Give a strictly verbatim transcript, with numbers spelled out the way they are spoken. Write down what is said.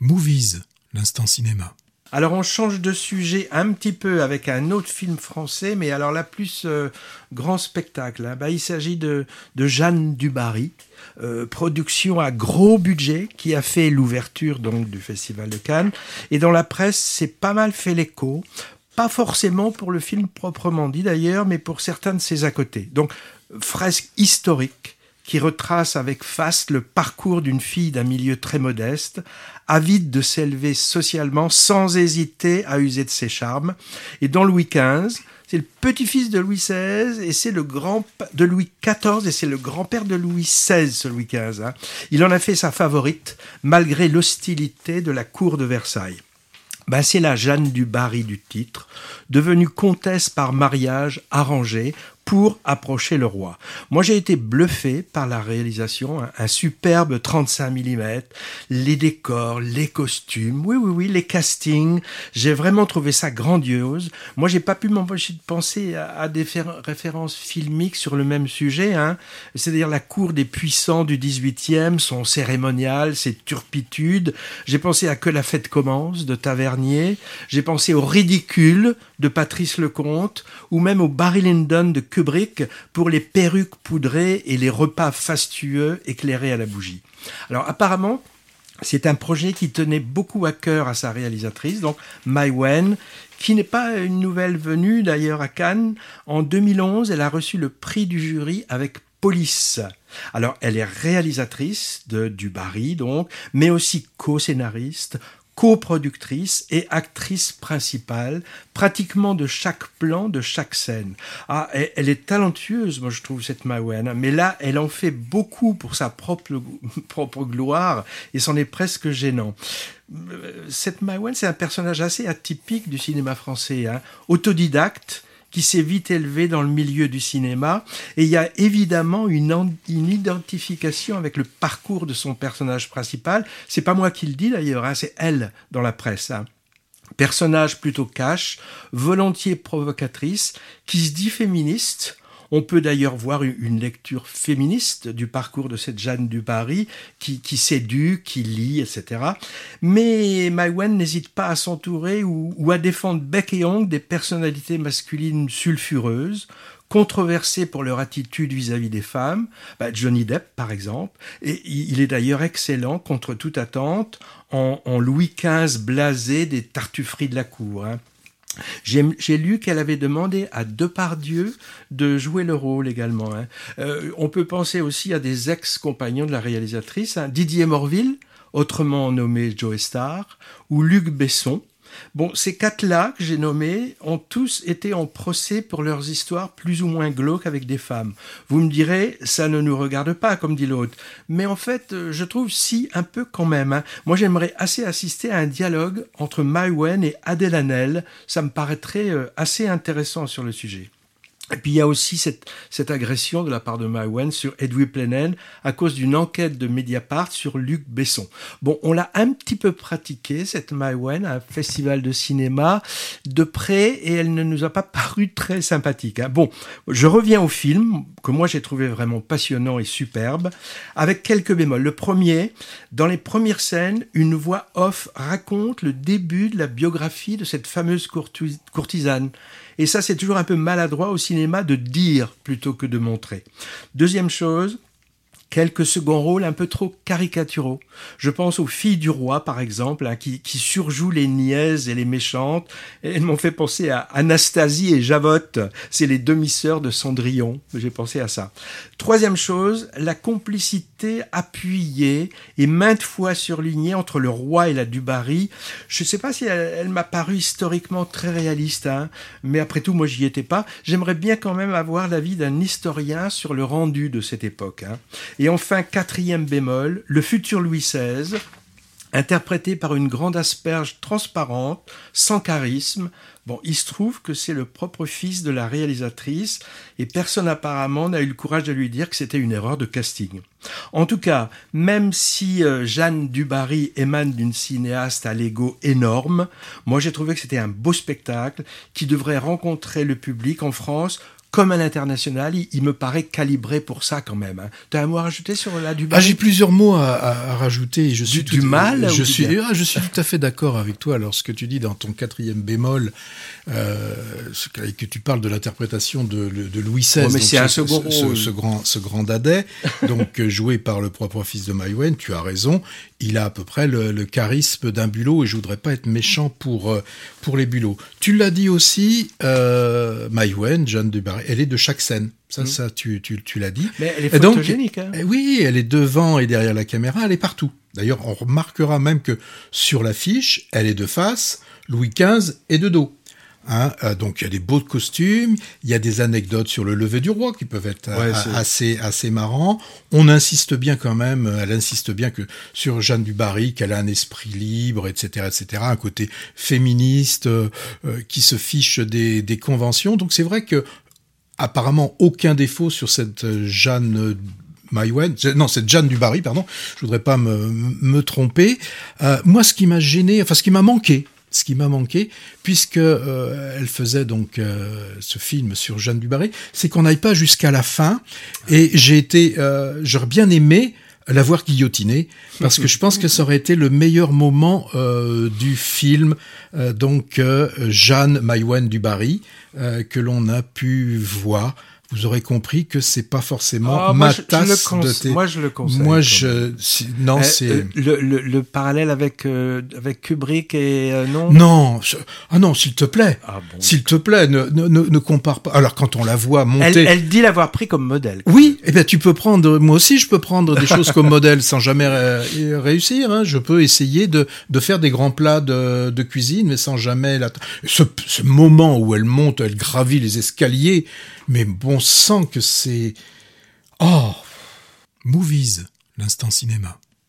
Movies, l'instant cinéma. Alors on change de sujet un petit peu avec un autre film français, mais alors là plus euh, grand spectacle. Hein. Bah, il s'agit de, de Jeanne du Barry, euh, production à gros budget qui a fait l'ouverture donc du Festival de Cannes. Et dans la presse, c'est pas mal fait l'écho. Pas forcément pour le film proprement dit d'ailleurs, mais pour certains de ses à côté. Donc fresque historique qui retrace avec faste le parcours d'une fille d'un milieu très modeste, avide de s'élever socialement sans hésiter à user de ses charmes. Et dans Louis quinze, c'est le petit-fils de Louis seize et c'est le grand de Louis quatorze et c'est le grand-père de Louis seize, ce Louis quinze. Hein. Il en a fait sa favorite, malgré l'hostilité de la cour de Versailles. Ben, c'est la Jeanne du Barry du titre, devenue comtesse par mariage arrangé pour approcher le roi. Moi, j'ai été bluffé par la réalisation, hein, un superbe trente-cinq millimètres, les décors, les costumes, oui, oui, oui, les castings. J'ai vraiment trouvé ça grandiose. Moi, j'ai pas pu m'empêcher de penser à, à des fér- références filmiques sur le même sujet, hein, c'est-à-dire la cour des puissants du dix-huitième, son cérémonial, ses turpitudes. J'ai pensé à Que la fête commence de Tavernier. J'ai pensé au Ridicule de Patrice Lecomte, ou même au Barry Lyndon de Kubrick pour les perruques poudrées et les repas fastueux éclairés à la bougie. Alors apparemment, c'est un projet qui tenait beaucoup à cœur à sa réalisatrice, donc Mai Wen, qui n'est pas une nouvelle venue d'ailleurs à Cannes. En deux mille onze, elle a reçu le prix du jury avec Police. Alors elle est réalisatrice de du Barry donc, mais aussi co-scénariste, coproductrice et actrice principale, pratiquement de chaque plan, de chaque scène. Ah, elle, elle est talentueuse, moi je trouve, cette Mai Wen, mais là, elle en fait beaucoup pour sa propre, propre gloire, et c'en est presque gênant. Cette Mai Wen, c'est un personnage assez atypique du cinéma français, hein, autodidacte, qui s'est vite élevé dans le milieu du cinéma. Et il y a évidemment une, en, une identification avec le parcours de son personnage principal. C'est pas moi qui le dis d'ailleurs, hein, c'est elle dans la presse. Hein. Personnage plutôt cash, volontiers provocatrice, qui se dit féministe. On peut d'ailleurs voir une lecture féministe du parcours de cette Jeanne du Barry qui, qui séduit, qui lit, et cetera. Mais Mai Wen n'hésite pas à s'entourer ou, ou à défendre bec et ongle des personnalités masculines sulfureuses, controversées pour leur attitude vis-à-vis des femmes. Bah, Johnny Depp, par exemple. Et il est d'ailleurs excellent, contre toute attente, en, en Louis quinze blasé des tartufferies de la cour. Hein. J'ai, j'ai lu qu'elle avait demandé à Depardieu de jouer le rôle également. Hein. Euh, on peut penser aussi à des ex-compagnons de la réalisatrice, hein, Didier Morville, autrement nommé Joe Star, ou Luc Besson. Bon, ces quatre-là que j'ai nommés ont tous été en procès pour leurs histoires plus ou moins glauques avec des femmes. Vous me direz, ça ne nous regarde pas, comme dit l'autre. Mais en fait, je trouve si, un peu quand même. Hein. Moi, j'aimerais assez assister à un dialogue entre Mai Wen et Adèle Haenel. Ça me paraîtrait assez intéressant sur le sujet. Et puis il y a aussi cette, cette agression de la part de Mai Wen sur Edoui Plenel à cause d'une enquête de Mediapart sur Luc Besson. Bon, on l'a un petit peu pratiqué, cette Mai Wen, à un festival de cinéma de près, et elle ne nous a pas paru très sympathique. Hein. Bon, je reviens au film, que moi j'ai trouvé vraiment passionnant et superbe, avec quelques bémols. Le premier, dans les premières scènes, une voix off raconte le début de la biographie de cette fameuse courtu- courtisane. Et ça, c'est toujours un peu maladroit au cinéma de dire plutôt que de montrer. Deuxième chose, quelques seconds rôles un peu trop caricaturaux. Je pense aux filles du roi, par exemple, hein, qui, qui surjouent les niaises et les méchantes. Elles m'ont fait penser à Anastasie et Javotte. C'est les demi-sœurs de Cendrillon. J'ai pensé à ça. Troisième chose, la complicité appuyée et maintes fois surlignée entre le roi et la du Barry. Je ne sais pas si elle, elle m'a paru historiquement très réaliste, hein, mais après tout, moi, j'y étais pas. J'aimerais bien quand même avoir l'avis d'un historien sur le rendu de cette époque. Hein. Et enfin, quatrième bémol, le futur Louis seize, interprété par une grande asperge transparente, sans charisme. Bon, il se trouve que c'est le propre fils de la réalisatrice et personne apparemment n'a eu le courage de lui dire que c'était une erreur de casting. En tout cas, même si euh, Jeanne du Barry émane d'une cinéaste à l'ego énorme, moi j'ai trouvé que c'était un beau spectacle qui devrait rencontrer le public en France comme à l'international, il, il me paraît calibré pour ça quand même. Hein. Tu as un mot à rajouter sur la du Ah, j'ai plusieurs mots à, à, à rajouter. Et je suis du, tout, du mal je ou suis, du bien ah, je suis tout à fait d'accord avec toi. Alors, ce que tu dis dans ton quatrième bémol, euh, ce que, que tu parles de l'interprétation de, de Louis seize. Oh, mais donc c'est ce, un second ce, rôle. Ce, ce grand, ce grand dadais, donc joué par le propre fils de Maïwenn. Tu as raison. Il a à peu près le, le charisme d'un bulot, et je voudrais pas être méchant pour pour les bulots. Tu l'as dit aussi, euh, Maïwenn, Jeanne du Barry, elle est de chaque scène. Ça, mmh. ça, tu, tu, tu l'as dit. Mais elle est photogénique. Donc, hein. Oui, elle est devant et derrière la caméra, elle est partout. D'ailleurs, on remarquera même que sur l'affiche, elle est de face, Louis quinze et de dos. Hein, euh, donc il y a des beaux costumes, il y a des anecdotes sur le lever du roi qui peuvent être ouais, a, assez assez marrants. On insiste bien quand même, elle insiste bien que sur Jeanne du Barry, qu'elle a un esprit libre, et cetera, et cetera, un côté féministe euh, euh, qui se fiche des, des conventions. Donc c'est vrai que apparemment aucun défaut sur cette Jeanne Maïwenn, non, c'est Jeanne du Barry, pardon. Je voudrais pas me me tromper. Euh, moi, ce qui m'a gêné, enfin ce qui m'a manqué. Ce qui m'a manqué, puisque euh, elle faisait donc euh, ce film sur Jeanne du Barry, c'est qu'on n'aille pas jusqu'à la fin. Et j'ai été, euh, j'aurais bien aimé la voir guillotinée, parce que je pense que ça aurait été le meilleur moment euh, du film. Euh, donc euh, Jeanne Maïwenn du Barry, euh, que l'on a pu voir. Vous aurez compris que c'est pas forcément oh, ma moi, je, tasse je de thé. Moi, je le conseille. Moi, je non, euh, c'est euh, le, le, le parallèle avec euh, avec Kubrick et euh, non. Non, je... ah non, s'il te plaît, ah bon. s'il te plaît, ne, ne ne compare pas. Alors quand on la voit monter, elle, elle dit l'avoir pris comme modèle. Oui, eh bien tu peux prendre. Moi aussi, je peux prendre des choses comme modèle sans jamais ré- réussir. Hein. Je peux essayer de de faire des grands plats de de cuisine, mais sans jamais la. Ce, ce moment où elle monte, elle gravit les escaliers. Mais bon sang que c'est... Oh Movies, l'instant cinéma.